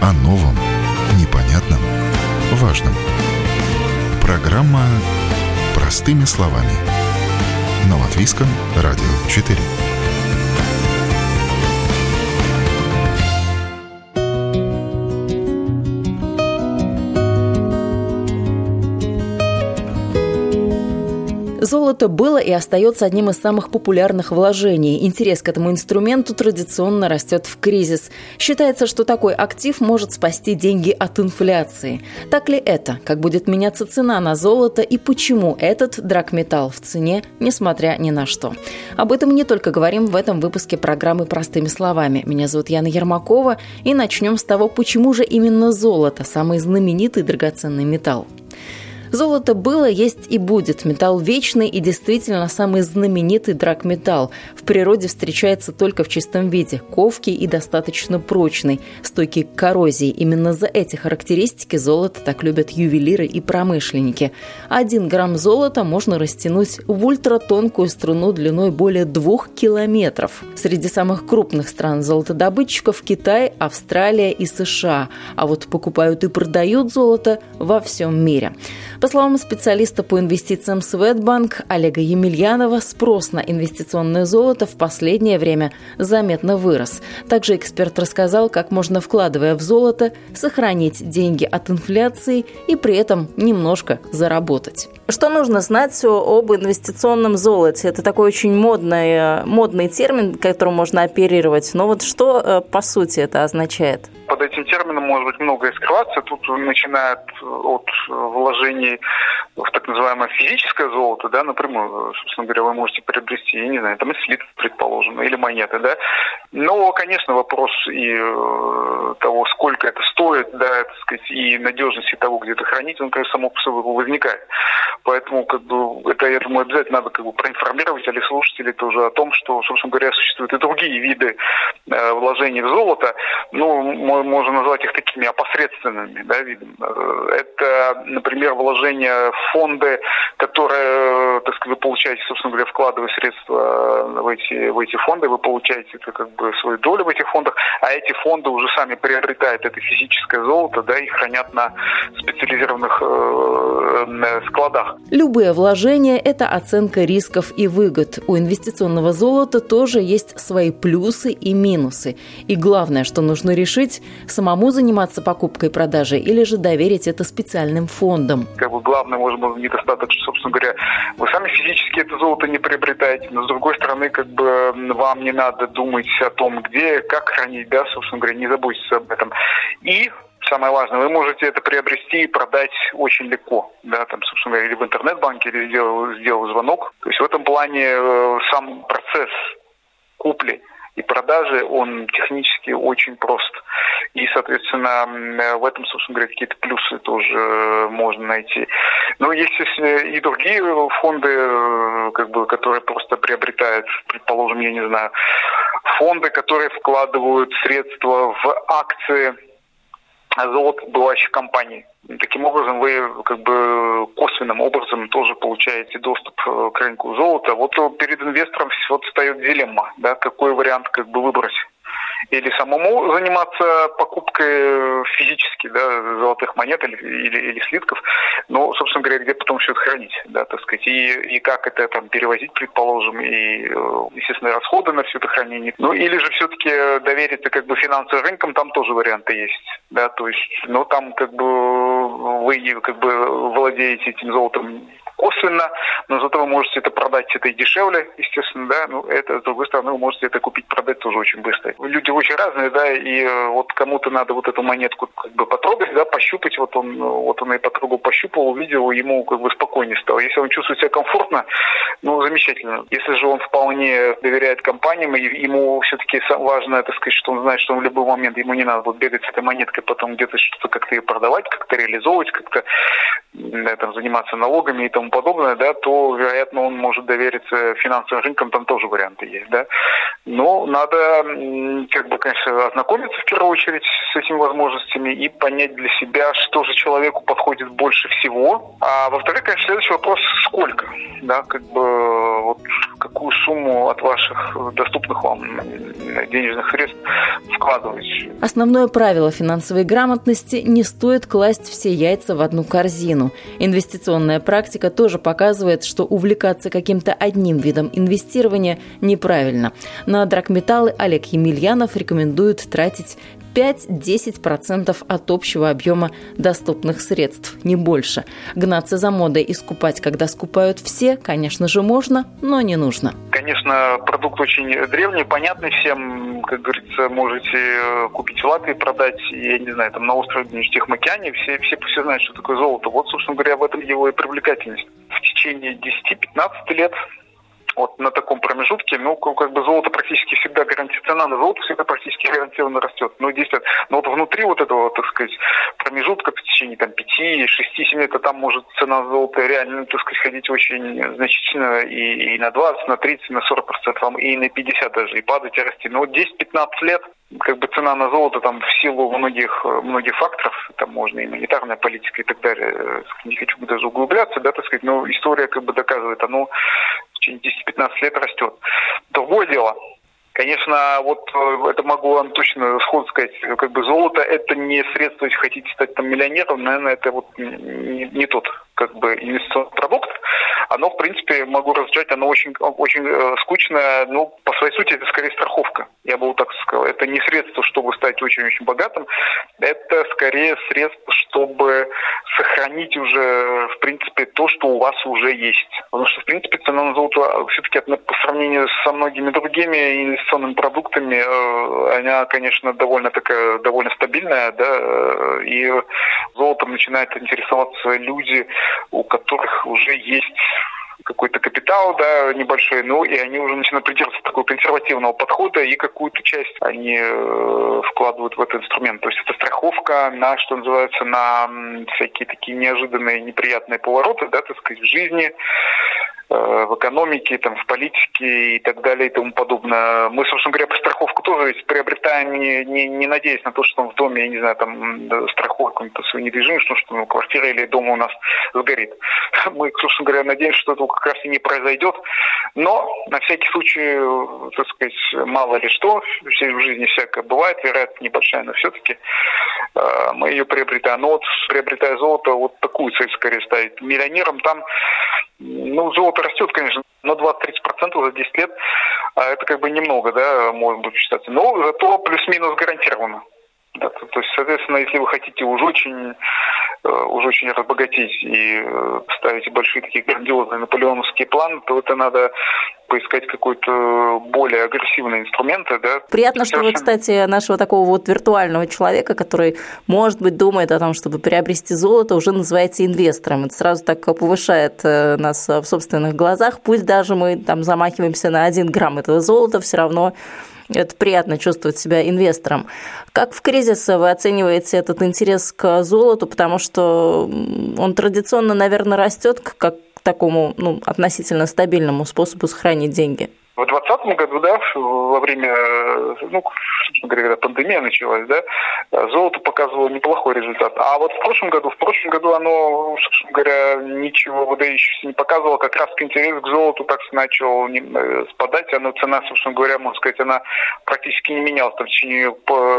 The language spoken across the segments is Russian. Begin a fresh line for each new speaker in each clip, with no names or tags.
О новом, непонятном, важном. Программа «Простыми словами» на Латвийском радио 4.
Золото было и остается одним из самых популярных вложений. Интерес к этому инструменту традиционно растет в кризис. Считается, что такой актив может спасти деньги от инфляции. Так ли это? Как будет меняться цена на золото и почему этот драгметалл в цене, несмотря ни на что? Об этом не только говорим в этом выпуске программы «Простыми словами». Меня зовут Яна Ермакова, и начнем с того, почему же именно золото – самый знаменитый драгоценный металл. Золото было, есть и будет. Металл вечный и действительно самый знаменитый драгметалл. В природе встречается только в чистом виде, ковкий и достаточно прочный, стойкий к коррозии. Именно за эти характеристики золото так любят ювелиры и промышленники. 1 грамм золота можно растянуть в ультратонкую струну длиной более 2 километров. Среди самых крупных стран золотодобытчиков Китай, Австралия и США. А вот покупают и продают золото во всем мире. По словам специалиста по инвестициям Swedbank Олега Емельянова, спрос на инвестиционное золото в последнее время заметно вырос. Также эксперт рассказал, как можно, вкладывая в золото, сохранить деньги от инфляции и при этом немножко заработать. Что нужно знать об инвестиционном золоте? Это такой очень модный термин, которым можно оперировать. Но вот что по сути это означает?
Под этим термином может быть многое скрываться. Тут начиная от вложений в так называемое физическое золото, да, напрямую, собственно говоря, вы можете приобрести, я не знаю, там и слитки, предположим, или монеты, да. Но, конечно, вопрос и того, сколько это стоит, да, так сказать, и надежности того, где это хранить, он, конечно, само по себе возникает. Поэтому, это, я думаю, обязательно надо проинформировать или слушателей тоже о том, что, собственно говоря, существуют и другие виды вложений в золото. Можно назвать их такими опосредственными, да, видами. Это, например, вложения в фонды, которые, так сказать, вы получаете, собственно говоря, вкладывая средства в эти фонды, вы получаете свою долю в этих фондах, а эти фонды уже сами приобретают это физическое золото, да, и хранят на специализированных складах.
Любые вложения – это оценка рисков и выгод. У инвестиционного золота тоже есть свои плюсы и минусы. И главное, что нужно решить – самому заниматься покупкой и продажей или же доверить это специальным фондам.
Главное, может быть, недостаток, что, собственно говоря, вы сами физически это золото не приобретаете, но с другой стороны, вам не надо думать о том, где, как хранить, да, собственно говоря, не заботьтесь об этом. И самое важное, вы можете это приобрести и продать очень легко, да, там, собственно говоря, или в интернет-банке, или сделав звонок. То есть в этом плане сам процесс купли и продажи, он технически очень прост. И, соответственно, в этом, собственно говоря, какие-то плюсы тоже можно найти. Но есть и другие фонды, которые просто приобретают, предположим, я не знаю, фонды, которые вкладывают средства в акции золотодобывающих компаний. Таким образом, вы косвенным образом тоже получаете доступ к рынку золота. Вот перед инвестором встает дилемма, да, какой вариант выбрать. Или самому заниматься покупкой физически, да, золотых монет или слитков, но, собственно говоря, где потом все это хранить, да, так сказать, и как это там перевозить, предположим, и, естественно, расходы на все это хранение. Ну, или же все-таки довериться финансовым рынкам, там тоже варианты есть, да, то есть, но там вы владеете этим золотом косвенно, но зато вы можете это продать и дешевле, естественно, да, это, с другой стороны, вы можете это купить, продать тоже очень быстро. Люди очень разные, да, и вот кому-то надо вот эту монетку потрогать, да, пощупать, вот он и потрогал, пощупал, увидел, ему спокойнее стало. Если он чувствует себя комфортно, замечательно. Если же он вполне доверяет компаниям, и ему все-таки важно, так сказать, что он знает, что в любой момент ему не надо бегать с этой монеткой, потом где-то что-то как-то ее продавать, как-то реализовывать, как-то заниматься налогами и тому подобное, да, то, вероятно, он может довериться финансовым рынкам, там тоже варианты есть, да. Но надо, конечно, ознакомиться в первую очередь с этими возможностями и понять для себя, что же человеку подходит больше всего. А во-вторых, конечно, следующий вопрос – сколько? Да, какую сумму от ваших доступных вам денежных средств вкладывать.
Основное правило финансовой грамотности – не стоит класть все яйца в одну корзину. Инвестиционная практика тоже показывает, что увлекаться каким-то одним видом инвестирования неправильно. На драгметаллы Олег Емельянов рекомендует тратить 5-10% от общего объема доступных средств, не больше. Гнаться за модой и скупать, когда скупают все, конечно же, можно, но не нужно.
Конечно, продукт очень древний, понятный всем. Как говорится, можете купить в Латвии, продать, я не знаю, там на острове в Тихоокеане. Все знают, что такое золото. Вот, собственно говоря, в этом его и привлекательность. В течение 10-15 лет на таком промежутке, золото практически всегда цена на золото всегда практически гарантированно растет. 10 лет. Но внутри этого, промежутка в течение 5, 6, 7 лет, там может цена золота реально, ходить очень значительно и на 20, на 30, на 40%, и на 50 даже, и падать, и расти. Но 10-15 лет цена на золото в силу многих факторов, там можно и монетарная политика и так далее, не хочу даже углубляться, но история доказывает, оно в течение 10-15 лет растет. Другое дело, конечно, это могу вам точно сходу сказать, золото это не средство, если хотите стать миллионером, наверное, это не тот инвестиционный продукт. Оно, в принципе, могу разжать, оно очень скучное, по своей сути, это скорее страховка. Я бы так сказал. Это не средство, чтобы стать очень-очень богатым, это скорее средство, чтобы сохранить уже, в принципе, то, что у вас уже есть. Потому что, в принципе, цена на золото все-таки по сравнению со многими другими инвестиционными продуктами, она, конечно, довольно стабильная, да, и золотом начинают интересоваться люди, у которых уже есть какой-то капитал, да, небольшой, и они уже начинают придерживаться такого консервативного подхода, и какую-то часть они вкладывают в этот инструмент. То есть это страховка на, что называется, на всякие такие неожиданные, неприятные повороты, да, в жизни, в экономике, в политике и так далее и тому подобное. Мы, собственно говоря, по страховку тоже приобретаем, не надеясь на то, что в доме, я не знаю, страховка какой-то свой недвижимость, что квартира или дом у нас сгорит. Мы, собственно говоря, надеемся, что этого как раз и не произойдет. Но на всякий случай, мало ли что, в жизни всякое бывает, вероятно, небольшая, но все-таки мы ее приобретаем. Но приобретая золото, такую цель скорее ставить. Миллионерам там, золото растет, конечно, на 20-30% за 10 лет. Это немного, да, может быть считаться. Но зато плюс-минус гарантированно. Да, то есть, соответственно, если вы хотите уж очень разбогатеть и ставите большие такие грандиозные наполеоновские планы, то это надо поискать какой-то более агрессивные инструменты. Да.
Приятно, что вы, кстати, нашего такого виртуального человека, который, может быть, думает о том, чтобы приобрести золото, уже называете инвестором. Это сразу так повышает нас в собственных глазах. Пусть даже мы замахиваемся на 1 грамм этого золота, все равно это приятно чувствовать себя инвестором. Как в кризис вы оцениваете этот интерес к золоту, потому что он традиционно, наверное, растет как к такому относительно стабильному способу сохранить деньги?
В 2020 году, да, во время, собственно говоря, когда пандемия началась, да, золото показывало неплохой результат. А в прошлом году оно, собственно говоря, ничего выдающегося не показывало. Как раз интерес к золоту так начал спадать. Цена, собственно говоря, можно сказать, она практически не менялась в течение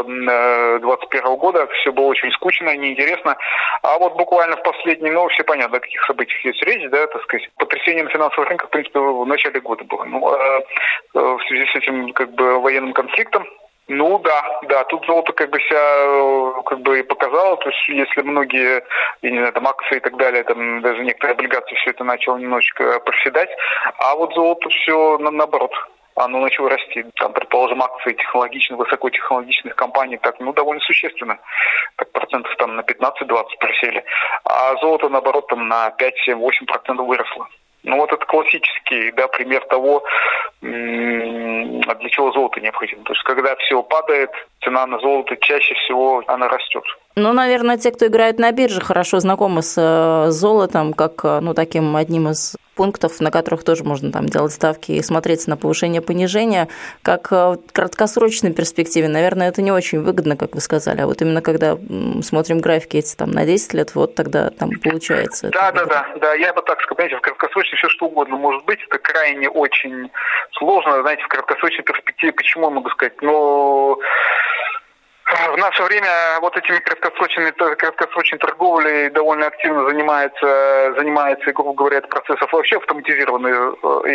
2021 года. Все было очень скучно, неинтересно. А буквально в последние, все понятно, о каких событиях есть речь, да, потрясение на финансовых рынках, в принципе, в начале года было. В связи с этим военным конфликтом. Да, тут золото себя и показало. То есть если многие, я не знаю, акции и так далее, даже некоторые облигации, все это начало немножечко проседать, а золото все наоборот. Оно начало расти. Предположим, акции высокотехнологичных компаний довольно существенно. Процентов на 15-20 просели. А золото, наоборот, на 5-7-8% выросло. Это классический, да, пример того, для чего золото необходимо. То есть, когда все падает, цена на золото чаще всего она растет.
Ну, наверное, те, кто играет на бирже, хорошо знакомы с золотом, как таким одним из пунктов, на которых тоже можно там делать ставки и смотреть на повышение-понижение, как в краткосрочной перспективе. Наверное, это не очень выгодно, как вы сказали, а вот именно когда смотрим графики эти там на 10 лет, вот тогда там получается.
Да, я бы так сказал, понимаете, в краткосрочной все что угодно может быть, это крайне очень сложно, знаете, в краткосрочной перспективе, почему я могу сказать, в наше время вот этими краткосрочной торговлей довольно активно занимается, грубо говоря, от процессов вообще автоматизированные,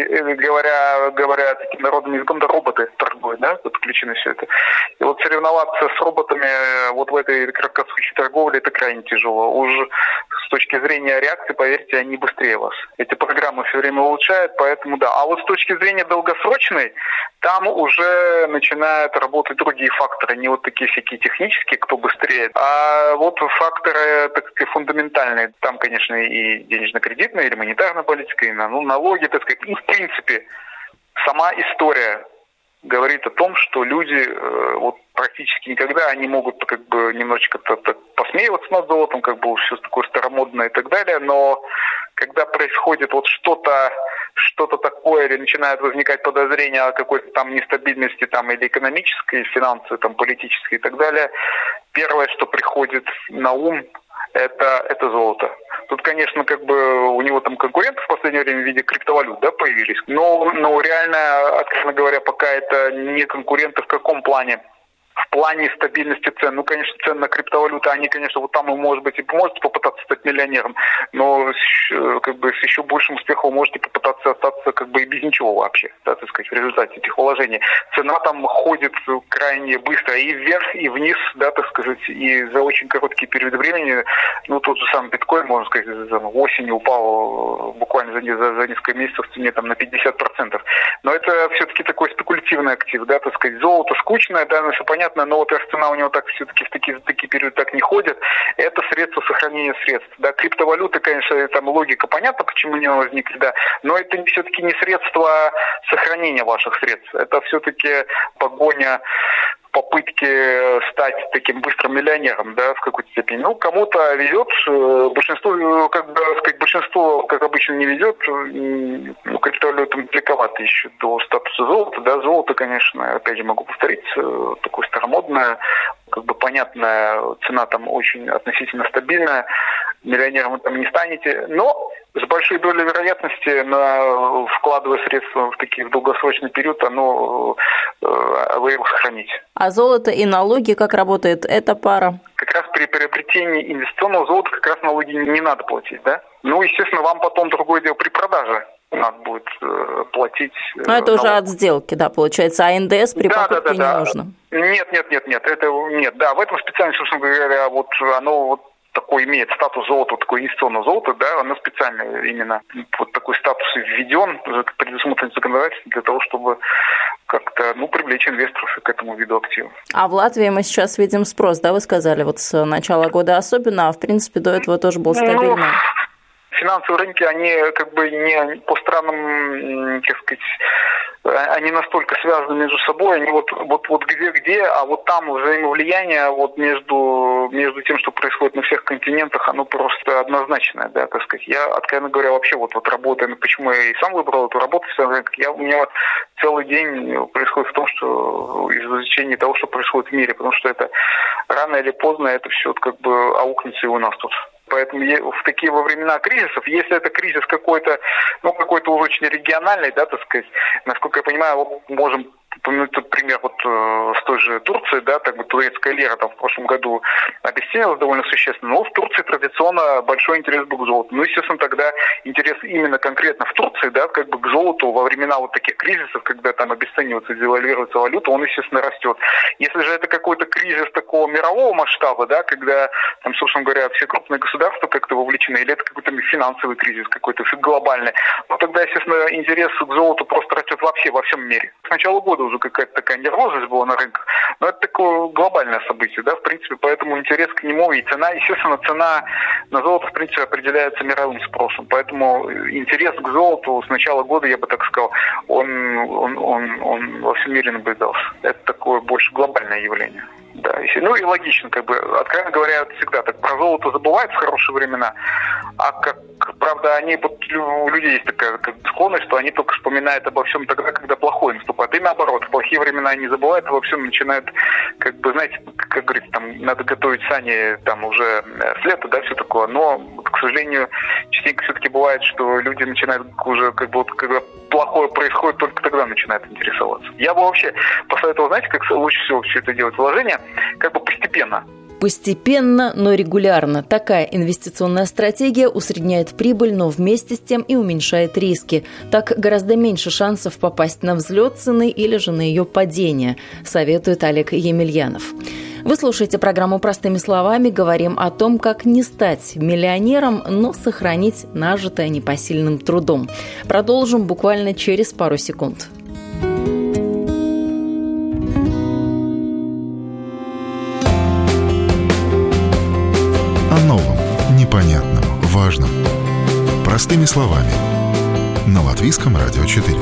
говоря таким народным языком, да, роботы торгуют, да, подключены все это. И вот соревноваться с роботами вот в этой краткосрочной торговле это крайне тяжело. Уж с точки зрения реакции, поверьте, они быстрее вас. Эти программы все время улучшают, поэтому да. А вот с точки зрения долгосрочной, там уже начинают работать другие факторы, не вот такие всякие технические, кто быстрее, а вот факторы, так сказать, фундаментальные. Там, конечно, и денежно-кредитная, или монетарная политика, и налоги, так сказать. И, в принципе, сама история говорит о том, что люди вот практически никогда они могут как бы немножечко так посмеиваться над золотом, как бы все такое старомодное и так далее, но когда происходит вот что-то такое, или начинают возникать подозрения о какой-то там нестабильности там, или экономической, финансовой, там, политической и так далее, первое, что приходит на ум, это золото. Тут, конечно, как бы у него там конкуренты в последнее время в виде криптовалют, да, появились, но реально, откровенно говоря, пока это не конкуренты в каком плане? В плане стабильности цен. Ну, конечно, цены на криптовалюты, они, конечно, вот там вы, может быть, и можете попытаться стать миллионером, но как бы с еще большим успехом вы можете попытаться остаться как бы и без ничего вообще, да, так сказать, в результате этих вложений. Цена там ходит крайне быстро и вверх, и вниз, да, так сказать, и за очень короткий период времени, тот же самый биткоин, можно сказать, осенью упал буквально за несколько месяцев в цене там на 50%. Но это все-таки такой спекулятивный актив, да, так сказать, золото скучное, да, все понятно, но вот раз цена у него так все-таки в такие периоды так не ходит, это средство сохранения средств. Да, криптовалюты, конечно, там логика понятна, почему они возникли, да, но это все-таки не средство сохранения ваших средств. Это все-таки погоня, попытки стать таким быстрым миллионером, да, в какой-то степени. Кому-то везет, большинство, как обычно, не везет. Криптовалютам далековато еще до статуса золота, да, золото, конечно, опять же могу повторить, такое старомодное, как бы понятная цена там очень относительно стабильная, миллионером вы там не станете, но с большой долей вероятности, вкладывая средства в долгосрочный период, вы его сохраните.
А золото и налоги, как работает эта пара?
Как раз при приобретении инвестиционного золота как раз налоги не надо платить, да? Естественно, вам потом другое дело при продаже надо будет платить.
Но это уже от сделки, да, получается, а НДС при покупке не нужно?
Нет, это нет, да, в этом специально, собственно говоря, вот оно вот такой имеет статус золота, такое инвестиционное золото, да, оно специально именно вот такой статус введен, предусмотрен законодательством для того, чтобы как-то, привлечь инвесторов к этому виду активов.
А в Латвии мы сейчас видим спрос, да, вы сказали, вот с начала года особенно, а в принципе до этого тоже был стабильный.
Финансовые рынки, они как бы не по странам, как сказать, они настолько связаны между собой, они вот где, а вот там взаимовлияние вот между тем, что происходит на всех континентах, оно просто однозначное, да, так сказать. Я, откровенно говоря, вообще вот работая, почему я и сам выбрал эту работу, у меня вот целый день происходит в том, что из изучения того, что происходит в мире, потому что это рано или поздно это все как бы аукнется и у нас тут. Поэтому во времена кризисов, если это кризис какой-то уже очень региональный, да, так сказать, насколько я понимаю, можем упомянуть тут пример с той же Турции, да, так бы турецкая лира там в прошлом году обесценилась довольно существенно, но в Турции традиционно большой интерес был к золоту. Естественно, тогда интерес именно конкретно в Турции, да, как бы к золоту во времена вот таких кризисов, когда там обесценивается, девальвируется валюта, он, естественно, растет. Если же это какой-то кризис такого мирового масштаба, да, когда там, собственно говоря, все крупные государства как-то вовлечены, или это какой-то финансовый кризис какой-то глобальный, тогда, естественно, интерес к золоту просто растет вообще во всем мире. С начала года уже какая-то такая нервозность была на рынках, Но это такое глобальное событие, да, в принципе, поэтому интерес к нему и цена, естественно, цена на золото, в принципе, определяется мировым спросом. Поэтому интерес к золоту с начала года, я бы так сказал, он во всем мире наблюдался. Это такое больше глобальное явление. Да, ну и логично, откровенно говоря, всегда так про золото забывают в хорошие времена, а правда, у людей есть такая склонность, что они только вспоминают обо всем тогда, когда плохое наступает. И наоборот, в плохие времена они забывают, обо всем начинают, знаете, как говорится, там надо готовить сани там уже с лета, да, все такое. Но, к сожалению, частенько все-таки бывает, что люди начинают уже когда плохое происходит, только тогда начинают интересоваться. Я бы вообще посоветовал, знаете, как лучше всего все это делать, вложение, постепенно.
Постепенно, но регулярно. Такая инвестиционная стратегия усредняет прибыль, но вместе с тем и уменьшает риски. Так гораздо меньше шансов попасть на взлет цены или же на ее падение, советует Олег Емельянов. Вы слушаете программу «Простыми словами». Говорим о том, как не стать миллионером, но сохранить нажитое непосильным трудом. Продолжим буквально через пару секунд.
О новом, непонятном, важном. Простыми словами. На Латвийском радио 4.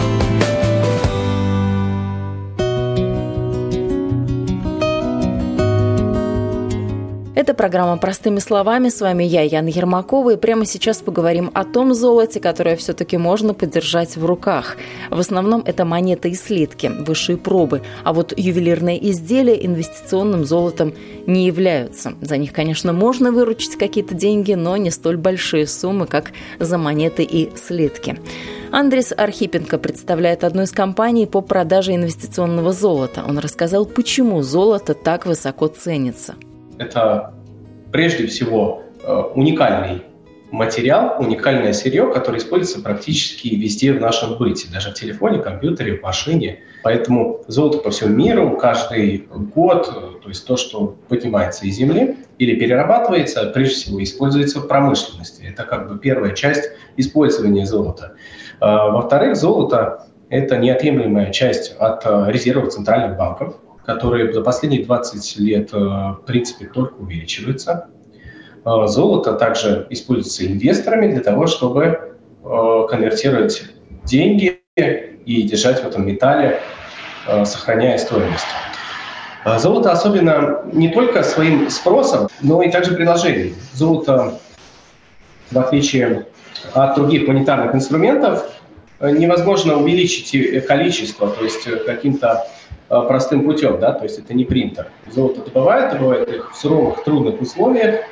Это программа «Простыми словами». С вами я, Яна Ермакова. И прямо сейчас поговорим о том золоте, которое все-таки можно подержать в руках. В основном это монеты и слитки, высшие пробы. А вот ювелирные изделия инвестиционным золотом не являются. За них, конечно, можно выручить какие-то деньги, но не столь большие суммы, как за монеты и слитки. Андрис Архипенко представляет одну из компаний по продаже инвестиционного золота. Он рассказал, почему золото так высоко ценится.
Это прежде всего уникальный материал, уникальное сырье, которое используется практически везде в нашем быте, даже в телефоне, компьютере, в машине. Поэтому золото по всему миру каждый год, то есть то, что поднимается из земли или перерабатывается, прежде всего используется в промышленности. Это первая часть использования золота. Во-вторых, золото – это неотъемлемая часть от резервов центральных банков, которые за последние 20 лет, в принципе, только увеличиваются. Золото также используется инвесторами для того, чтобы конвертировать деньги и держать в этом металле, сохраняя стоимость. Золото особенно не только своим спросом, но и также предложением. Золото, в отличие от других монетарных инструментов, невозможно увеличить количество, то есть каким-то простым путем, да, то есть это не принтер. Золото добывают их в суровых, трудных условиях,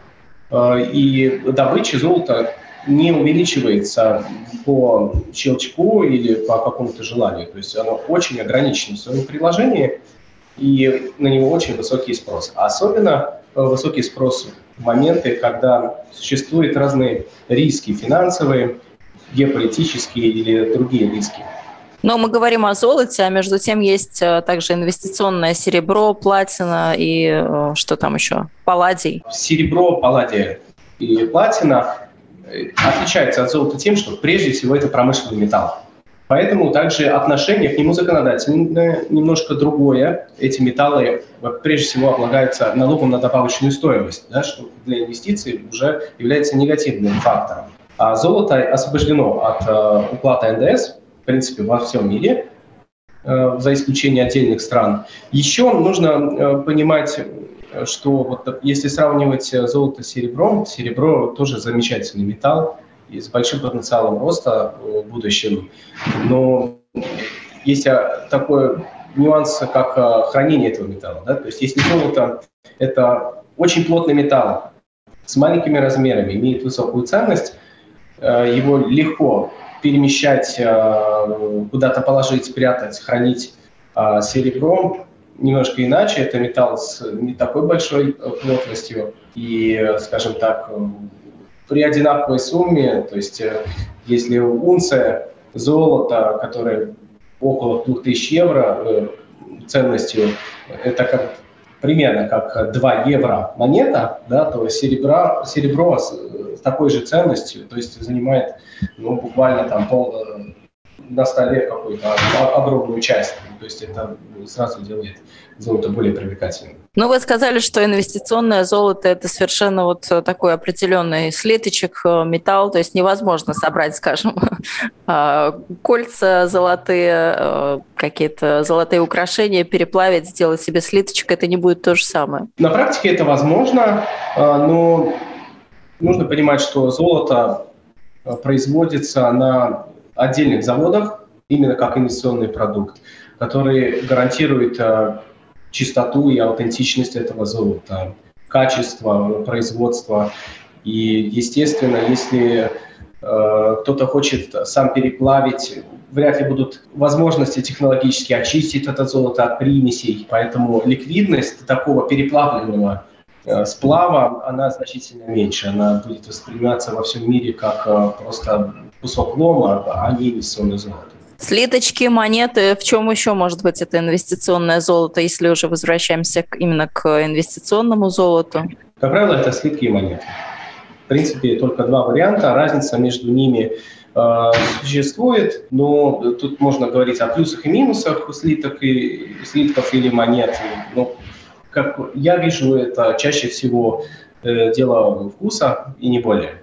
и добыча золота не увеличивается по щелчку или по какому-то желанию. То есть оно очень ограничено в своем предложении, и на него очень высокий спрос. А особенно высокий спрос в моменты, когда существуют разные риски финансовые, геополитические или другие риски.
Но мы говорим о золоте, а между тем есть также инвестиционное серебро, платина и что там еще? Палладий.
Серебро, палладий и платина отличаются от золота тем, что прежде всего это промышленный металл. Поэтому также отношение к нему законодательное немножко другое. Эти металлы прежде всего облагаются налогом на добавочную стоимость, да, что для инвестиций уже является негативным фактором. А золото освобождено от уплаты НДС, в принципе, во всем мире, за исключением отдельных стран. Еще нужно понимать, что вот если сравнивать золото с серебром, серебро тоже замечательный металл и с большим потенциалом роста в будущем. Но есть такой нюанс, как хранение этого металла. Да? То есть если золото – это очень плотный металл с маленькими размерами, имеет высокую ценность, его легко перемещать, куда-то положить, спрятать, хранить. Серебром немножко иначе. Это металл с не такой большой плотностью. И, скажем так, при одинаковой сумме, то есть если унция золота, которая около 2000 евро ценностью, это примерно как 2 евро монета, да, то серебро с такой же ценностью, то есть занимает буквально там на столе какую-то огромную часть. То есть это сразу делает золото более привлекательным.
Ну, вы сказали, что инвестиционное золото – это совершенно вот такой определенный слиточек, металл, то есть невозможно собрать, скажем, кольца золотые, какие-то золотые украшения, переплавить, сделать себе слиточек, это не будет то же самое.
На практике это возможно, но нужно понимать, что золото производится на отдельных заводах, именно как инвестиционный продукт, который гарантирует чистоту и аутентичность этого золота, качество производства. И, естественно, если кто-то хочет сам переплавить, вряд ли будут возможности технологически очистить это золото от примесей. Поэтому ликвидность такого переплавленного сплава, она значительно меньше. Она будет восприниматься во всем мире как просто кусок лома, а не инвестиционное золото.
Слиточки, монеты, в чем еще может быть это инвестиционное золото, если уже возвращаемся именно к инвестиционному золоту?
Как правило, это слитки и монеты. В принципе, только два варианта, разница между ними существует, но тут можно говорить о плюсах и минусах слитков или монет. Но, как я вижу, это чаще всего дело вкуса и не более.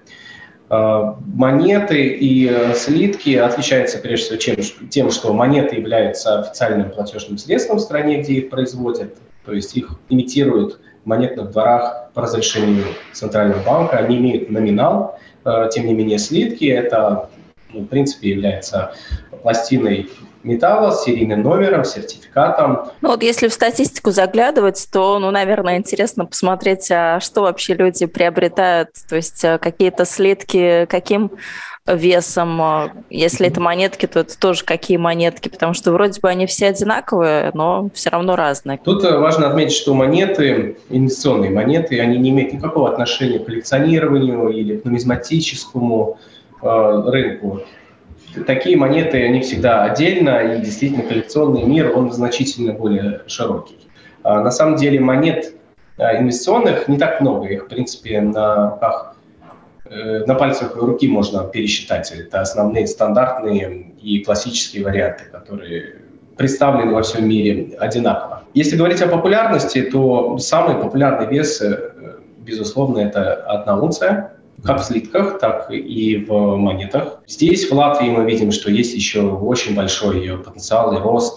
Монеты и слитки отличаются прежде всего тем, что монеты являются официальным платежным средством в стране, где их производят, то есть их имитируют в монетных дворах по разрешению Центрального банка, они имеют номинал, тем не менее слитки это, в принципе, является пластиной металла с серийным номером, сертификатом.
Ну вот если в статистику заглядывать, то, наверное, интересно посмотреть, что вообще люди приобретают, то есть какие-то слитки, каким весом, если это монетки, то это тоже какие монетки, потому что вроде бы они все одинаковые, но все равно разные.
Тут важно отметить, что монеты, инвестиционные монеты, они не имеют никакого отношения к коллекционированию или к нумизматическому рынку. Такие монеты, они всегда отдельно, и действительно коллекционный мир, он значительно более широкий. На самом деле монет инвестиционных не так много, их, в принципе, на пальцах руки можно пересчитать. Это основные стандартные и классические варианты, которые представлены во всем мире одинаково. Если говорить о популярности, то самый популярный вес, безусловно, это 1 унция. Как в слитках, так и в монетах. Здесь, в Латвии, мы видим, что есть еще очень большой потенциал и рост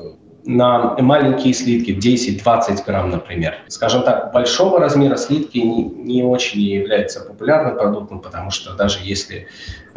на маленькие слитки, 10-20 грамм, например. Скажем так, большого размера слитки не очень является популярным продуктом, потому что даже если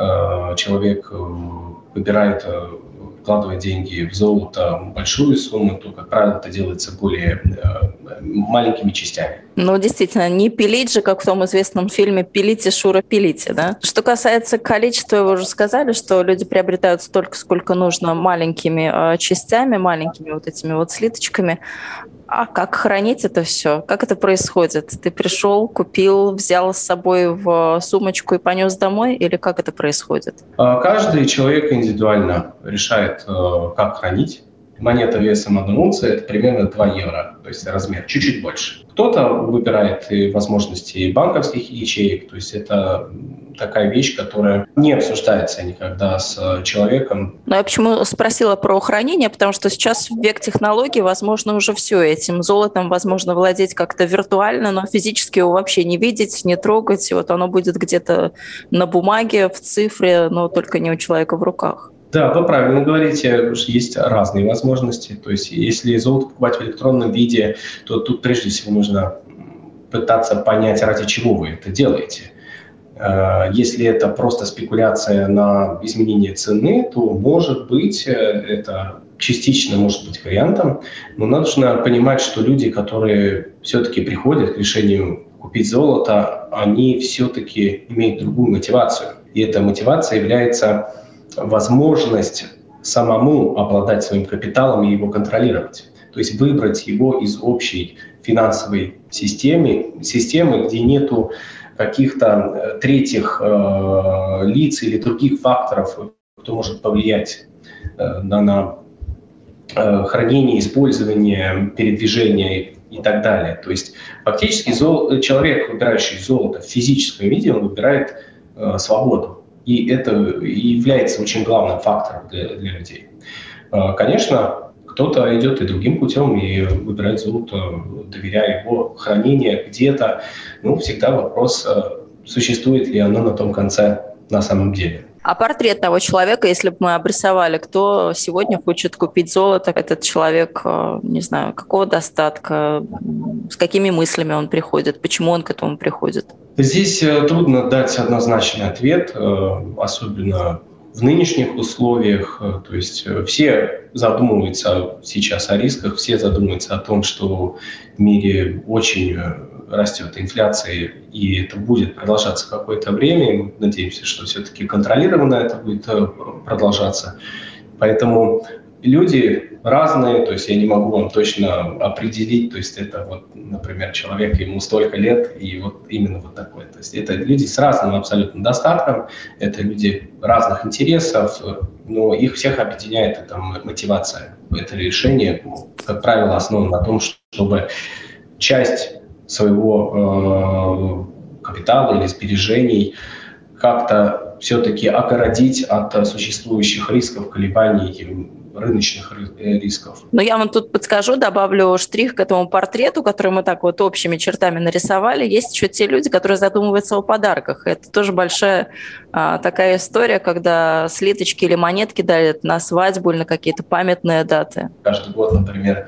человек выбирает вкладывать деньги в золото большую сумму, то, как правило, это делается более маленькими частями.
Ну, действительно, не пилить же, как в том известном фильме «Пилите, Шура, пилите», да? Что касается количества, вы уже сказали, что люди приобретают столько, сколько нужно маленькими частями, маленькими вот этими вот слиточками. А как хранить это все? Как это происходит? Ты пришел, купил, взял с собой в сумочку и понес домой? Или как это происходит?
Каждый человек индивидуально решает, как хранить. Монета весом 1 унция – это примерно 2 евро, то есть размер чуть-чуть больше. Кто-то выбирает и возможности банковских ячеек, то есть это такая вещь, которая не обсуждается никогда с человеком.
Ну, я почему спросила про хранение, потому что сейчас век технологий, возможно, уже все этим золотом возможно владеть как-то виртуально, но физически его вообще не видеть, не трогать, и вот оно будет где-то на бумаге, в цифре, но только не у человека в руках.
Да, вы правильно говорите, есть разные возможности. То есть если золото покупать в электронном виде, то тут прежде всего нужно пытаться понять, ради чего вы это делаете. Если это просто спекуляция на изменение цены, то, может быть, это частично может быть вариантом, но нужно понимать, что люди, которые все-таки приходят к решению купить золото, они все-таки имеют другую мотивацию. И эта мотивация является возможность самому обладать своим капиталом и его контролировать. То есть выбрать его из общей финансовой системы, где нету каких-то третьих лиц или других факторов, кто может повлиять на хранение, использование, передвижение и так далее. То есть фактически человек, выбирающий золото в физическом виде, он выбирает свободу. И это является очень главным фактором для людей. Конечно, кто-то идет и другим путем и выбирает золото, доверяя его хранение где-то. Всегда вопрос, существует ли оно на том конце на самом деле.
А портрет того человека, если бы мы обрисовали, кто сегодня хочет купить золото, этот человек, не знаю, какого достатка, с какими мыслями он приходит, почему он к этому приходит?
Здесь трудно дать однозначный ответ, особенно в нынешних условиях. То есть все задумываются сейчас о рисках, все задумываются о том, что в мире очень растет инфляция, и это будет продолжаться какое-то время. Мы надеемся, что все-таки контролированно это будет продолжаться. Поэтому люди разные, то есть я не могу вам точно определить, то есть это например, человек, ему столько лет, и именно такой. То есть это люди с разным абсолютно достатком, это люди разных интересов, но их всех объединяет эта мотивация. Это решение, как правило, основано на том, чтобы часть своего капитала или сбережений как-то все-таки огородить от существующих рисков, колебаний, рыночных рисков.
Но я вам тут подскажу, добавлю штрих к этому портрету, который мы так общими чертами нарисовали. Есть еще те люди, которые задумываются о подарках. Это тоже большая такая история, когда слиточки или монетки дарят на свадьбу или на какие-то памятные даты.
Каждый год, например,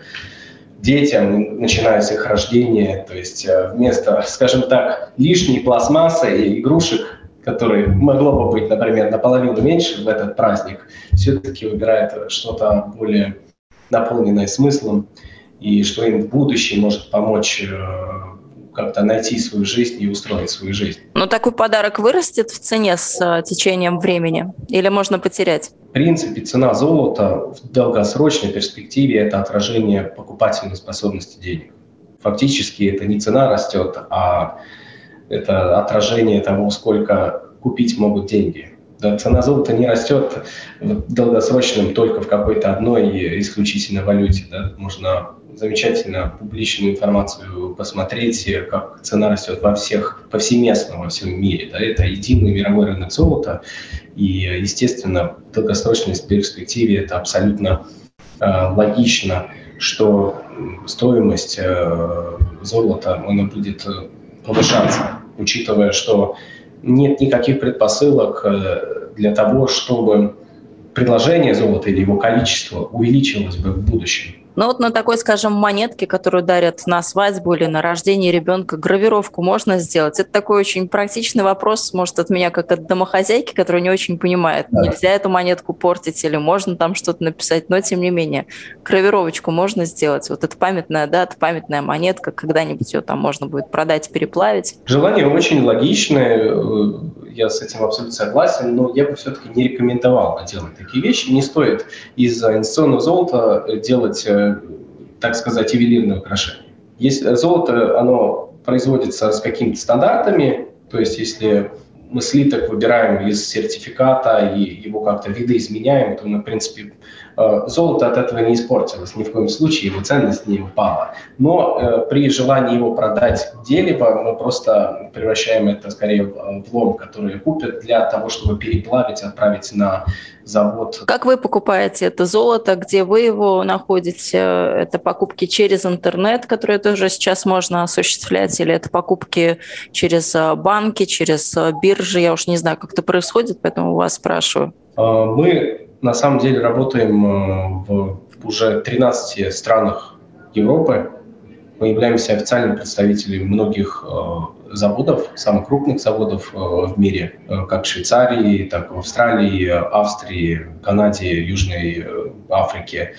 детям начинается их рождение, то есть вместо, скажем так, лишней пластмассы и игрушек, которые могло бы быть, например, наполовину меньше в этот праздник, все-таки выбирают что-то более наполненное смыслом и что им в будущем может помочь как-то найти свою жизнь и устроить свою жизнь.
Но такой подарок вырастет в цене с течением времени или можно потерять?
В принципе, цена золота в долгосрочной перспективе – это отражение покупательной способности денег. Фактически это не цена растет, а это отражение того, сколько купить могут деньги. Да, цена золота не растет в долгосрочном только в какой-то одной исключительной валюте. Да. Можно замечательно публичную информацию посмотреть, как цена растет повсеместно во всем мире. Да. Это единый мировой рынок золота. И, естественно, в долгосрочной перспективе это абсолютно логично, что стоимость золота она будет повышаться, учитывая, что нет никаких предпосылок для того, чтобы предложение золота или его количество увеличилось бы в будущем.
Ну на такой, скажем, монетке, которую дарят на свадьбу или на рождение ребенка, гравировку можно сделать? Это такой очень практичный вопрос, может, от меня как от домохозяйки, которая не очень понимает, нельзя эту монетку портить или можно там что-то написать, но тем не менее, гравировочку можно сделать. Это памятная дата, памятная монетка, когда-нибудь ее там можно будет продать, переплавить.
Желание очень логичное, я с этим абсолютно согласен, но я бы все-таки не рекомендовал делать такие вещи. Не стоит из инвестиционного золота делать, так сказать, ювелирное украшение. Если золото, оно производится с какими-то стандартами, то есть если мы слиток выбираем из сертификата и его как-то видоизменяем, то, в принципе, золото от этого не испортилось, ни в коем случае его ценность не упала. Но при желании его продать где-либо, мы просто превращаем это скорее в лом, который купят для того, чтобы переплавить, отправить на завод.
Как вы покупаете это золото? Где вы его находите? Это покупки через интернет, которые тоже сейчас можно осуществлять, или это покупки через банки, через биржи? Я уж не знаю, как это происходит, поэтому вас спрашиваю.
Мы на самом деле работаем в уже 13 странах Европы. Мы являемся официальным представителем многих заводов, самых крупных заводов в мире, как в Швейцарии, так и в Австралии, Австрии, Канаде, Южной Африке.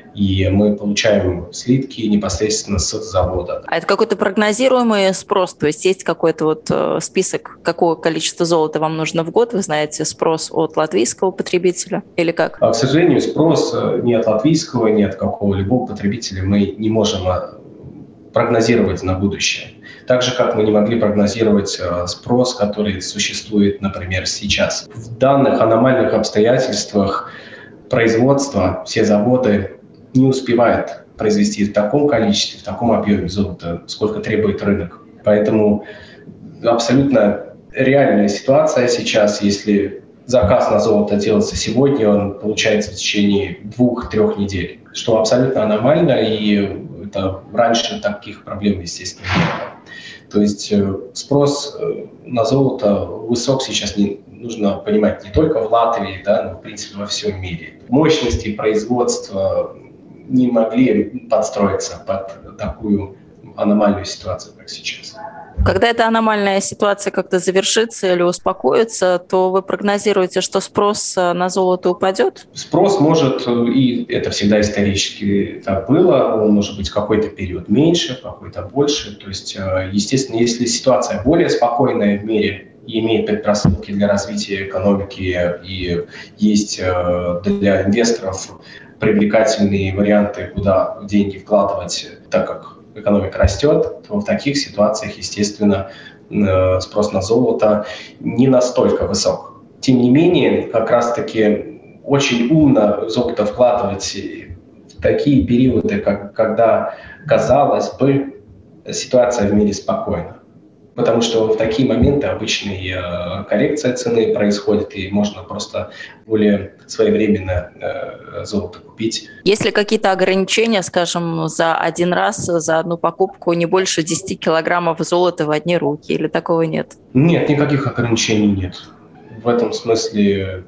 И мы получаем слитки непосредственно с завода.
А это какой-то прогнозируемый спрос? То есть есть какой-то список, какое количество золота вам нужно в год? Вы знаете спрос от латвийского потребителя или как?
К сожалению, спрос ни от латвийского, ни от какого-либо потребителя мы не можем прогнозировать на будущее. Так же, как мы не могли прогнозировать спрос, который существует, например, сейчас. В данных аномальных обстоятельствах производства все заводы не успевают произвести в таком количестве, в таком объеме золота, сколько требует рынок. Поэтому абсолютно реальная ситуация сейчас, если заказ на золото делается сегодня, он получается в течение 2-3 недель, что абсолютно аномально, и это раньше таких проблем, естественно, не было. То есть спрос на золото высок сейчас, нужно понимать, не только в Латвии, да, но в принципе во всем мире. Мощности производства не могли подстроиться под такую аномальную ситуацию, как сейчас.
Когда эта аномальная ситуация как-то завершится или успокоится, то вы прогнозируете, что спрос на золото упадет?
Спрос может, и это всегда исторически так было, он может быть какой-то период меньше, какой-то больше. То есть, естественно, если ситуация более спокойная в мире и имеет предпосылки для развития экономики, и есть для инвесторов привлекательные варианты, куда деньги вкладывать, так как экономика растет, то в таких ситуациях, естественно, спрос на золото не настолько высок. Тем не менее, как раз-таки очень умно золото вкладывать в такие периоды, когда, казалось бы, ситуация в мире спокойна. Потому что в такие моменты обычная коррекция цены происходит, и можно просто более своевременно золото купить.
Есть ли какие-то ограничения, скажем, за один раз, за одну покупку не больше 10 килограммов золота в одни руки, или такого нет?
Нет, никаких ограничений нет. В этом смысле,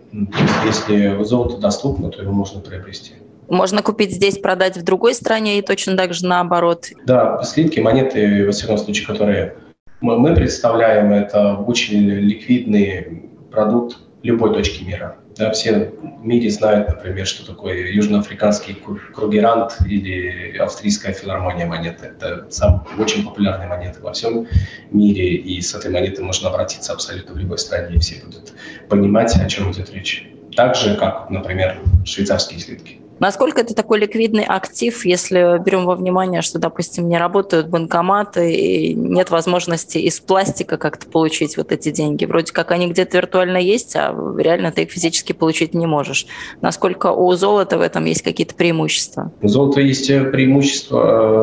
если золото доступно, то его можно приобрести.
Можно купить здесь, продать в другой стране и точно так же наоборот?
Да, слитки, монеты, во всяком случае, которые мы представляем, это очень ликвидный продукт любой точки мира. Да, все в мире знают, например, что такое южноафриканский кругерант или австрийская филармония монеты. Это самые очень популярные монеты во всем мире, и с этой монетой можно обратиться абсолютно в любой стране, и все будут понимать, о чем идет речь. Так же, как, например, швейцарские слитки.
Насколько это такой ликвидный актив, если берем во внимание, что, допустим, не работают банкоматы и нет возможности из пластика как-то получить вот эти деньги? Вроде как они где-то виртуально есть, а реально ты их физически получить не можешь. Насколько у золота в этом есть какие-то преимущества?
У золота есть преимущество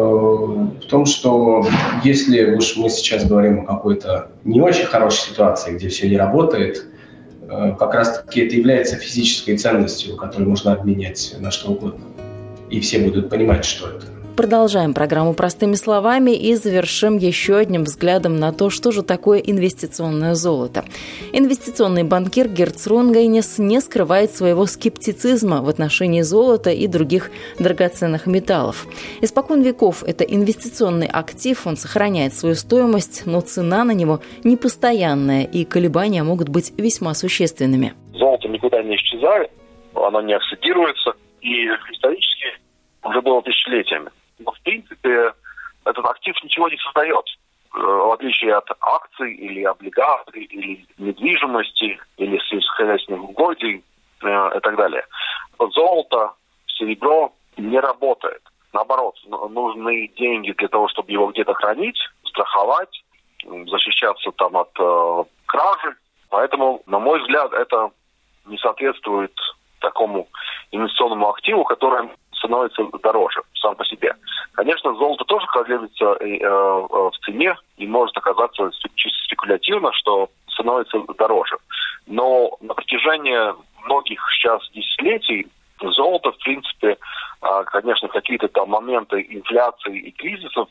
в том, что если уж мы сейчас говорим о какой-то не очень хорошей ситуации, где все не работает, как раз-таки это является физической ценностью, которую можно обменять на что угодно. И все будут понимать, что это.
Продолжаем программу простыми словами и завершим еще одним взглядом на то, что же такое инвестиционное золото. Инвестиционный банкир Герц Рунгайнис не скрывает своего скептицизма в отношении золота и других драгоценных металлов. Испокон веков это инвестиционный актив, он сохраняет свою стоимость, но цена на него непостоянная, и колебания могут быть весьма существенными.
Золото никуда не исчезает, оно не оксидируется, и исторически уже было тысячелетиями. Но, в принципе, этот актив ничего не создает. В отличие от акций или облигаций, или недвижимости, или сельскохозяйственных угодий и так далее. Золото, серебро не работает. Наоборот, нужны деньги для того, чтобы его где-то хранить, страховать, защищаться там от кражи. Поэтому, на мой взгляд, это не соответствует такому инвестиционному активу, который становится дороже сам по себе. Конечно, золото тоже колеблется в цене и может оказаться чисто спекулятивно, что становится дороже. Но на протяжении многих сейчас десятилетий золото, в принципе, конечно, какие-то там моменты инфляции и кризисов,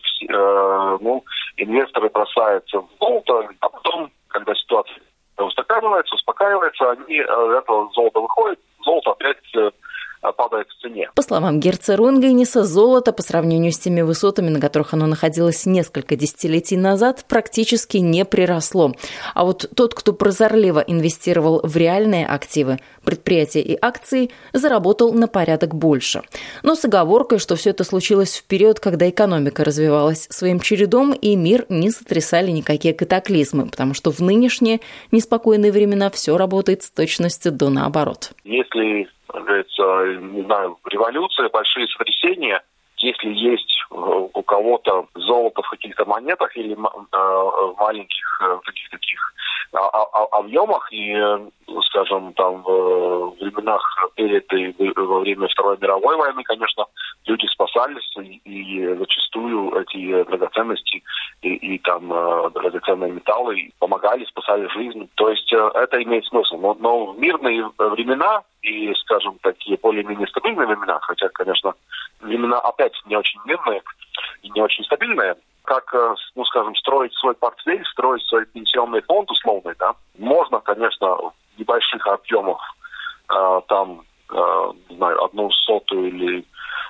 инвесторы бросаются в золото, а потом, когда ситуация успокаивается, они этого золота выходят, золото опять падает в цене.
По словам Герца Рунгайниса, золото по сравнению с теми высотами, на которых оно находилось несколько десятилетий назад, практически не приросло. А вот тот, кто прозорливо инвестировал в реальные активы, предприятия и акции, заработал на порядок больше. Но с оговоркой, что все это случилось в период, когда экономика развивалась своим чередом, и мир не сотрясали никакие катаклизмы, потому что в нынешние неспокойные времена все работает с точностью до наоборот.
Если, как говорится, не знаю, революция, большие сотрясения, если есть у кого-то золото в каких-то монетах или в маленьких каких-то таких объемах, и, скажем, там в временах перед и во время Второй мировой войны, конечно, люди спасались, и зачастую эти драгоценности и там драгоценные металлы, помогали, спасали жизнь. То есть это имеет смысл. Но в мирные времена и, скажем, такие более-менее стабильные времена, хотя, конечно, времена опять не очень мирные и не очень стабильные, как, ну, скажем, строить свой портфель, строить свой пенсионный фонд условный, да, можно, конечно, в небольших объемах там, не знаю, 0,01 или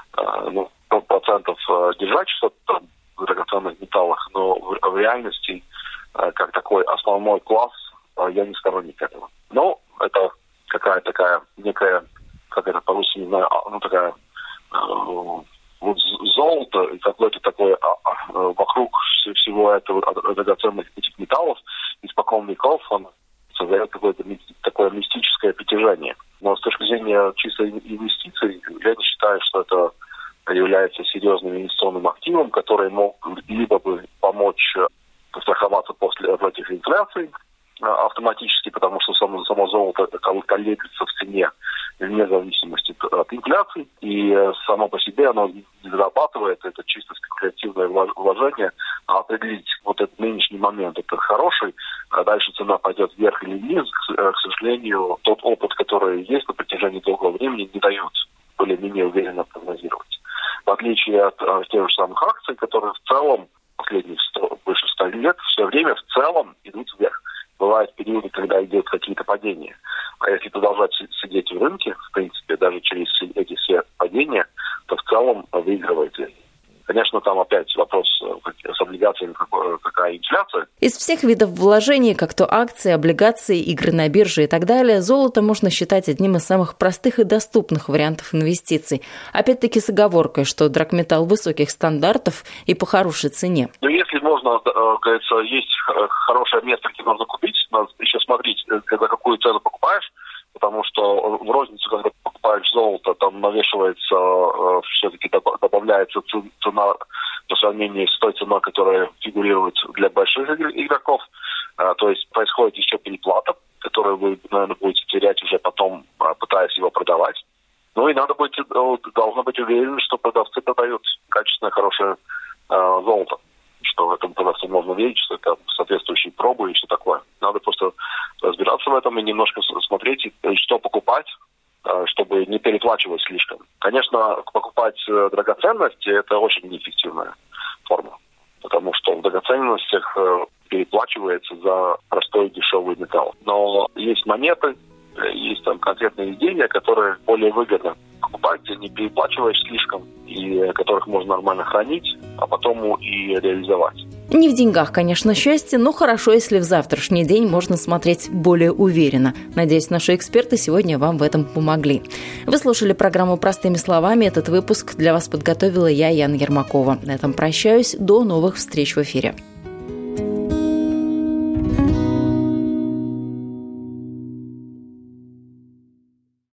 100% держать что-то в драгоценных металлах, но в реальности, как такой основной класс, я не сторонник этого. Но это какая-то такая некая, как это по-русски, не знаю, ну такая вот золото и какое-то такое вокруг всего этого драгоценных этих металлов испокон веков он создает какое-то такое мистическое притяжение. Но с точки зрения чистой инвестиций, я не считаю, что это является серьезным инвестиционным активом, который мог либо бы помочь застраховаться против инфляции автоматически, потому что само золото колеблется в цене вне зависимости от инфляции, и само по себе оно не зарабатывает, это чисто спекулятивное вложение, а определить вот этот нынешний момент, это хороший, а дальше цена пойдет вверх или вниз, к сожалению, тот опыт, который есть на протяжении долгого времени, не дает более-менее уверенно прогнозировать. В отличие от тех же самых акций, которые в целом последних больше 100 лет все время в целом идут вверх. Бывают периоды, когда идут какие-то падения. А если продолжать сидеть в рынке, в принципе, даже через эти все падения, то в целом выигрываете. Конечно, там опять вопрос с облигациями, какая инфляция.
Из всех видов вложений, как то акции, облигации, игры на бирже и так далее, золото можно считать одним из самых простых и доступных вариантов инвестиций. Опять-таки с оговоркой, что драгметалл высоких стандартов и по хорошей цене.
Но если можно, говорится, есть хорошее место, где можно купить, надо еще смотреть, за какую цену покупаешь, потому что в розницу, когда покупаешь золото, там навешивается, все-таки добавляется цена по сравнению с той ценой, которая фигурирует для больших игроков. То есть происходит еще переплата, которую вы, наверное, будете терять уже потом, пытаясь его продавать. Ну и должно быть уверены, что продавцы продают качественное, хорошее золото. Что этому продавцу можно верить, что это соответствующие пробы и все такое. Надо просто разбираться в этом и немножко смотреть, что покупать, чтобы не переплачивать слишком. Конечно, покупать драгоценности – это очень неэффективная форма, потому что в драгоценностях переплачивается за простой дешевый металл. Но есть монеты, есть там конкретные изделия, которые более выгодно покупать, не переплачиваешь слишком, и которых можно нормально хранить, а потом и реализовать.
Не в деньгах, конечно, счастье, но хорошо, если в завтрашний день можно смотреть более уверенно. Надеюсь, наши эксперты сегодня вам в этом помогли. Вы слушали программу «Простыми словами». Этот выпуск для вас подготовила я, Яна Ермакова. На этом прощаюсь. До новых встреч в эфире.